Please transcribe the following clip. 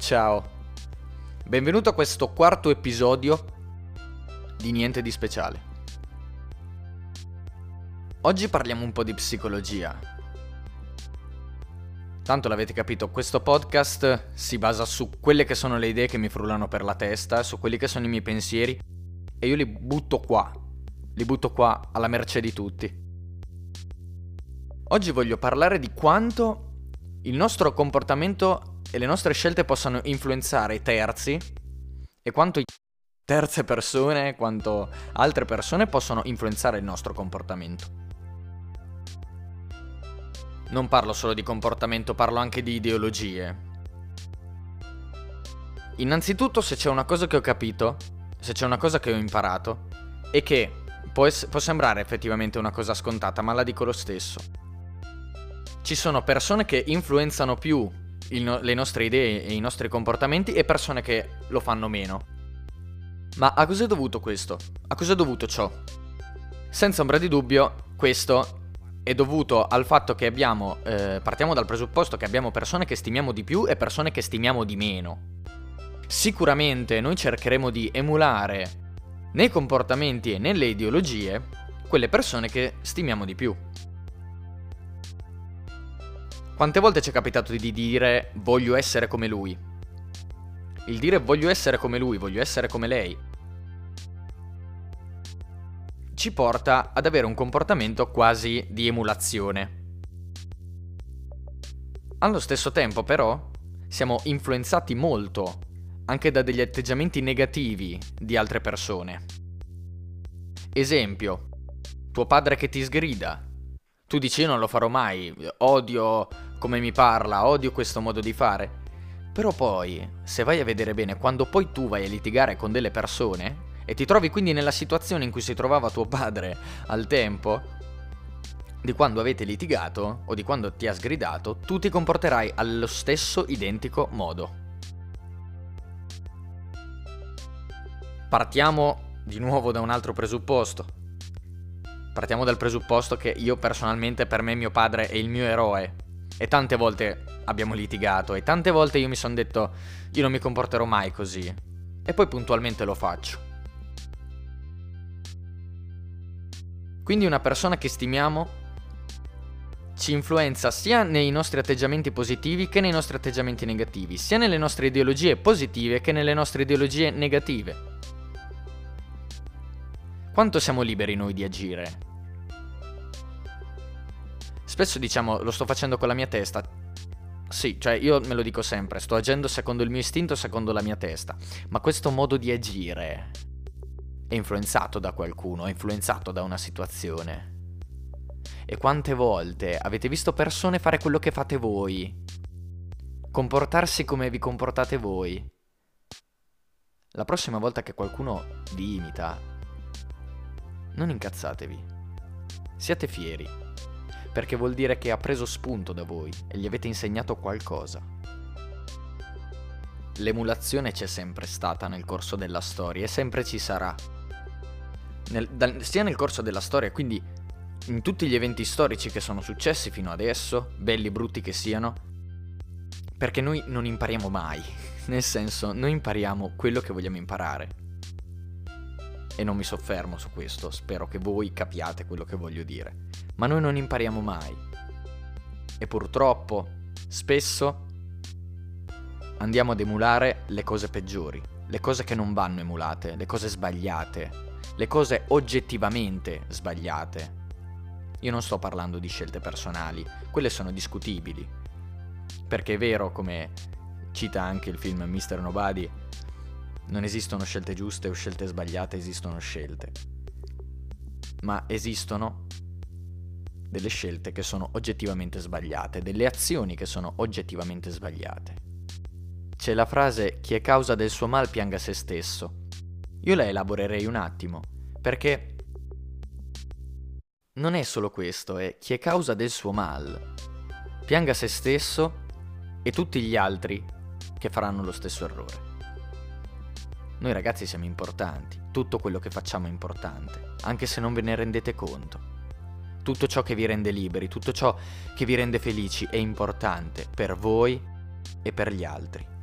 Ciao, benvenuto a questo quarto episodio di Niente di Speciale. Oggi parliamo un po' di psicologia. Tanto l'avete capito, questo podcast si basa su quelle che sono le idee che mi frullano per la testa, su quelli che sono i miei pensieri e io li butto qua alla mercé di tutti. Oggi voglio parlare di quanto il nostro comportamento e le nostre scelte possano influenzare i terzi e quanto terze persone, quanto altre persone possono influenzare il nostro comportamento. Non parlo solo di comportamento, parlo anche di ideologie. Innanzitutto, se c'è una cosa che ho capito, se c'è una cosa che ho imparato, e che può sembrare effettivamente una cosa scontata, ma la dico lo stesso. Ci sono persone che influenzano più le nostre idee e i nostri comportamenti e persone che lo fanno meno. Ma a cosa è dovuto questo? A cosa è dovuto ciò? Senza ombra di dubbio, questo è dovuto al fatto che partiamo dal presupposto che abbiamo persone che stimiamo di più e persone che stimiamo di meno. Sicuramente noi cercheremo di emulare nei comportamenti e nelle ideologie quelle persone che stimiamo di più. Quante volte ci è capitato di dire voglio essere come lui? Il dire voglio essere come lui, voglio essere come lei, ci porta ad avere un comportamento quasi di emulazione. Allo stesso tempo, però, siamo influenzati molto anche da degli atteggiamenti negativi di altre persone. Esempio, tuo padre che ti sgrida. Tu dici io non lo farò mai, odio come mi parla, odio questo modo di fare. Però poi, se vai a vedere bene, quando poi tu vai a litigare con delle persone e ti trovi quindi nella situazione in cui si trovava tuo padre al tempo di quando avete litigato o di quando ti ha sgridato, tu ti comporterai allo stesso identico modo. Partiamo di nuovo da un altro presupposto. Partiamo dal presupposto che io personalmente, per me mio padre è il mio eroe e tante volte abbiamo litigato e tante volte io mi sono detto io non mi comporterò mai così e poi puntualmente lo faccio. Quindi una persona che stimiamo ci influenza sia nei nostri atteggiamenti positivi che nei nostri atteggiamenti negativi, sia nelle nostre ideologie positive che nelle nostre ideologie negative. Quanto siamo liberi noi di agire? Spesso diciamo lo sto facendo con la mia testa. Sì, cioè io me lo dico sempre, sto agendo secondo il mio istinto, secondo la mia testa. Ma questo modo di agire è influenzato da qualcuno, è influenzato da una situazione. E quante volte avete visto persone fare quello che fate voi? Comportarsi come vi comportate voi? La prossima volta che qualcuno vi imita, non incazzatevi. Siate fieri. Perché vuol dire che ha preso spunto da voi e gli avete insegnato qualcosa. L'emulazione c'è sempre stata nel corso della storia e sempre ci sarà. Sia nel corso della storia, quindi in tutti gli eventi storici che sono successi fino adesso, belli brutti che siano, perché noi non impariamo mai. Nel senso, noi impariamo quello che vogliamo imparare. E non mi soffermo su questo, spero che voi capiate quello che voglio dire. Ma noi non impariamo mai. E purtroppo, spesso, andiamo ad emulare le cose peggiori, le cose che non vanno emulate, le cose sbagliate, le cose oggettivamente sbagliate. Io non sto parlando di scelte personali, quelle sono discutibili. Perché è vero, come cita anche il film Mr. Nobody, non esistono scelte giuste o scelte sbagliate, esistono scelte. Ma esistono delle scelte che sono oggettivamente sbagliate, delle azioni che sono oggettivamente sbagliate. C'è la frase chi è causa del suo mal pianga se stesso. Io la elaborerei un attimo, perché non è solo questo, è chi è causa del suo mal pianga se stesso e tutti gli altri che faranno lo stesso errore. Noi ragazzi siamo importanti, tutto quello che facciamo è importante, anche se non ve ne rendete conto. Tutto ciò che vi rende liberi, tutto ciò che vi rende felici è importante per voi e per gli altri.